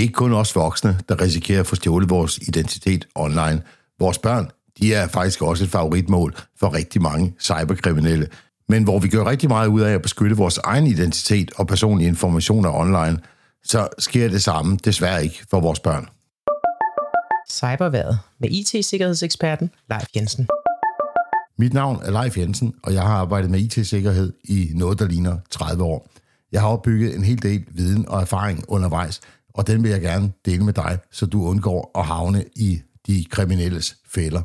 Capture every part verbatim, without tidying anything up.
ikke kun os voksne, der risikerer at få stjålet vores identitet online. Vores børn, de er faktisk også et favoritmål for rigtig mange cyberkriminelle. Men hvor vi gør rigtig meget ud af at beskytte vores egen identitet og personlige informationer online, så sker det samme desværre ikke for vores børn. Cyberværet med I T-sikkerhedseksperten Leif Jensen. Mit navn er Leif Jensen, og jeg har arbejdet med I T-sikkerhed i noget, der ligner tredive år. Jeg har opbygget en hel del viden og erfaring undervejs, og den vil jeg gerne dele med dig, så du undgår at havne i de kriminelles fælder.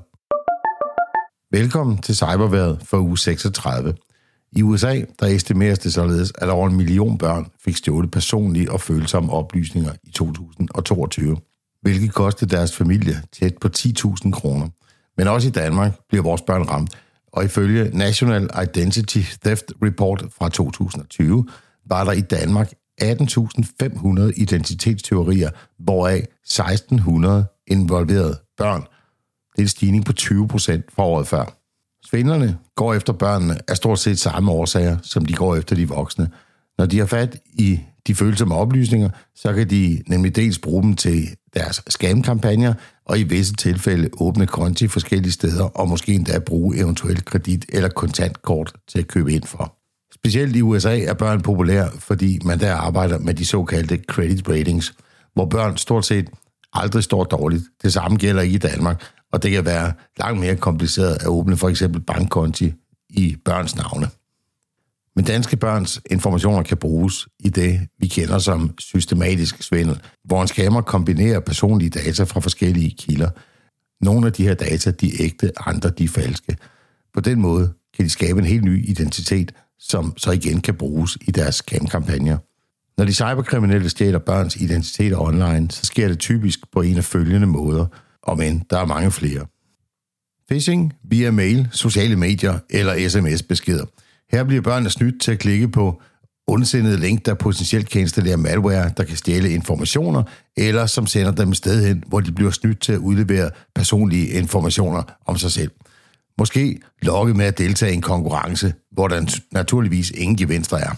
Velkommen til Cyberværet for uge seksogtredive. I U S A der estimeres det således, at over en million børn fik stjålet personlige og følsomme oplysninger i to tusind toogtyve, hvilket kostede deres familie tæt på ti tusind kroner. Men også i Danmark bliver vores børn ramt, og ifølge National Identity Theft Report fra to tusind tyve var der i Danmark atten tusind fem hundrede identitetstyverier, hvoraf seksten hundrede involverede børn. Det er en stigning på tyve procent fra året før. Svindlerne går efter børnene af stort set samme årsager, som de går efter de voksne. Når de har fat i de følsomme oplysninger, så kan de nemlig dels bruge dem til deres scam-kampagner, og i visse tilfælde åbne konti forskellige steder, og måske endda bruge eventuelt kredit- eller kontantkort til at købe ind for. Specielt i U S A er børn populære, fordi man der arbejder med de såkaldte credit ratings, hvor børn stort set aldrig står dårligt. Det samme gælder ikke i Danmark, og det kan være langt mere kompliceret at åbne for eksempel bankkonti i børns navne. Men danske børns informationer kan bruges i det, vi kender som systematisk svindel, hvor en scammer kombinerer personlige data fra forskellige kilder. Nogle af de her data, de er ægte, andre de er falske. På den måde kan de skabe en helt ny identitet, som så igen kan bruges i deres scam-kampagner. Når de cyberkriminelle stjæler børns identiteter online, så sker det typisk på en af følgende måder, og men der er mange flere. Phishing via mail, sociale medier eller sms-beskeder. Her bliver børnene snydt til at klikke på ondsindede link, der potentielt kan installere malware, der kan stjæle informationer, eller som sender dem et sted hen, hvor de bliver snydt til at udlevere personlige informationer om sig selv. Måske lokke med at deltage i en konkurrence, hvor der naturligvis ingen gevinster er.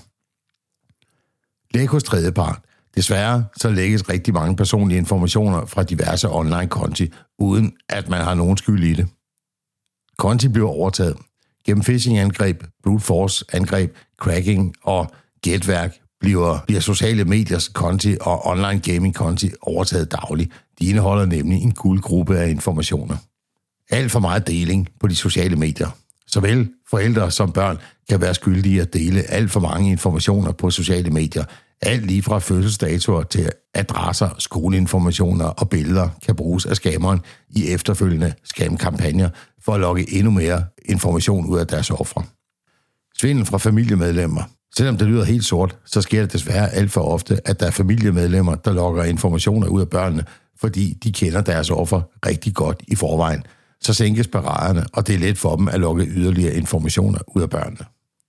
Læg hos tredjepart. Desværre så lægges rigtig mange personlige informationer fra diverse online-konti, uden at man har nogen skyld i det. Konti bliver overtaget. Gennem phishing-angreb, brute force-angreb, cracking og gætværk bliver, bliver sociale mediers konti og online gaming-konti overtaget dagligt. De indeholder nemlig en guldgruppe af informationer. Alt for meget deling på de sociale medier. Såvel forældre som børn kan være skyldige at dele alt for mange informationer på sociale medier. Alt lige fra fødselsdatoer til adresser, skoleinformationer og billeder kan bruges af scammeren i efterfølgende scam-kampagner for at lokke endnu mere information ud af deres ofre. Svindel fra familiemedlemmer. Selvom det lyder helt sort, så sker det desværre alt for ofte, at der er familiemedlemmer, der lokker informationer ud af børnene, fordi de kender deres offer rigtig godt i forvejen. Så sænkes paraderne, og det er let for dem at lokke yderligere informationer ud af børnene.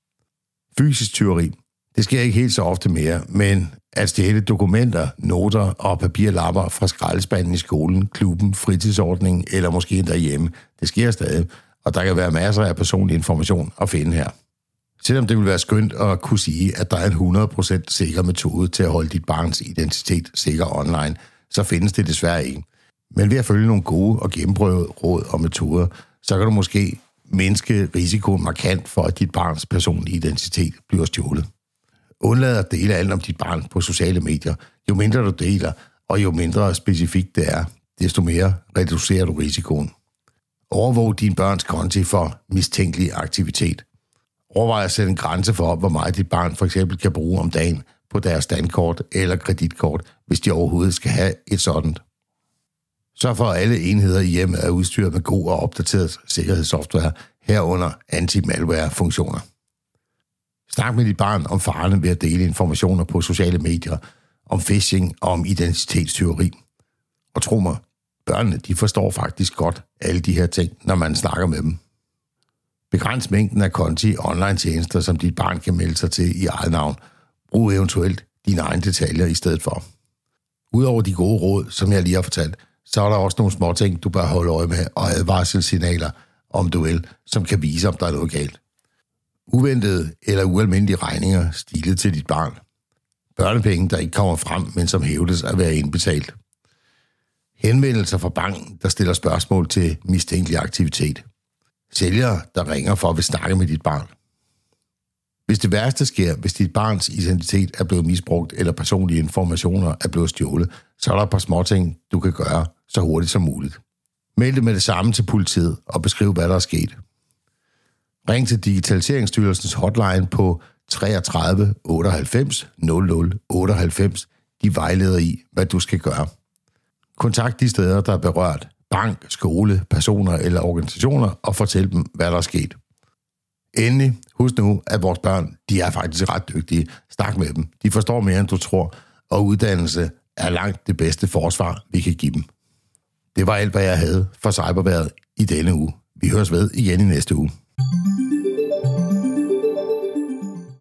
Fysisk tyveri. Det sker ikke helt så ofte mere, men at stjæle dokumenter, noter og papirlapper fra skraldespanden i skolen, klubben, fritidsordningen eller måske derhjemme, det sker stadig, og der kan være masser af personlig information at finde her. Selvom det vil være skønt at kunne sige, at der er en hundrede procent sikker metode til at holde dit barns identitet sikker online, så findes det desværre ikke. Men ved at følge nogle gode og gennemprøvede råd og metoder, så kan du måske mindske risikoen markant for, at dit barns personlige identitet bliver stjålet. Undlad at dele alt om dit barn på sociale medier. Jo mindre du deler, og jo mindre specifikt det er, desto mere reducerer du risikoen. Overvåg din børns konti for mistænkelig aktivitet. Overvej at sætte en grænse for, hvor meget dit barn for eksempel kan bruge om dagen på deres dankort eller kreditkort, hvis de overhovedet skal have et sådant. Sørg for, at alle enheder i hjemmet er udstyret med god og opdateret sikkerhedssoftware, herunder anti-malware-funktioner. Snak med dit barn om farerne ved at dele informationer på sociale medier, om phishing og om identitetstyveri. Og tro mig, børnene de forstår faktisk godt alle de her ting, når man snakker med dem. Begræns mængden af konti og online-tjenester, som dit barn kan melde sig til i eget navn. Brug eventuelt dine egne detaljer i stedet for. Udover de gode råd, som jeg lige har fortalt, så er der også nogle små ting, du bør holde øje med, og advarselssignaler, om du vil, som kan vise, om der er noget galt. Uventede eller ualmindelige regninger stilet til dit barn. Børnepenge, der ikke kommer frem, men som hævdes at være indbetalt. Henvendelser fra banken, der stiller spørgsmål til mistænkelig aktivitet. Sælgere, der ringer for at vil snakke med dit barn. Hvis det værste sker, hvis dit barns identitet er blevet misbrugt, eller personlige informationer er blevet stjålet, så er der et par småting, du kan gøre så hurtigt som muligt. Meld det med det samme til politiet og beskriv, hvad der er sket. Ring til Digitaliseringsstyrelsens hotline på treogtredive otteoghalvfems nul nul otteoghalvfems. De vejleder i, hvad du skal gøre. Kontakt de steder, der er berørt, bank, skole, personer eller organisationer, og fortæl dem, hvad der er sket. Endelig, husk nu, at vores børn, de er faktisk ret dygtige. Snak med dem. De forstår mere, end du tror, og uddannelse er langt det bedste forsvar, vi kan give dem. Det var alt, hvad jeg havde for Cyberværet i denne uge. Vi høres ved igen i næste uge.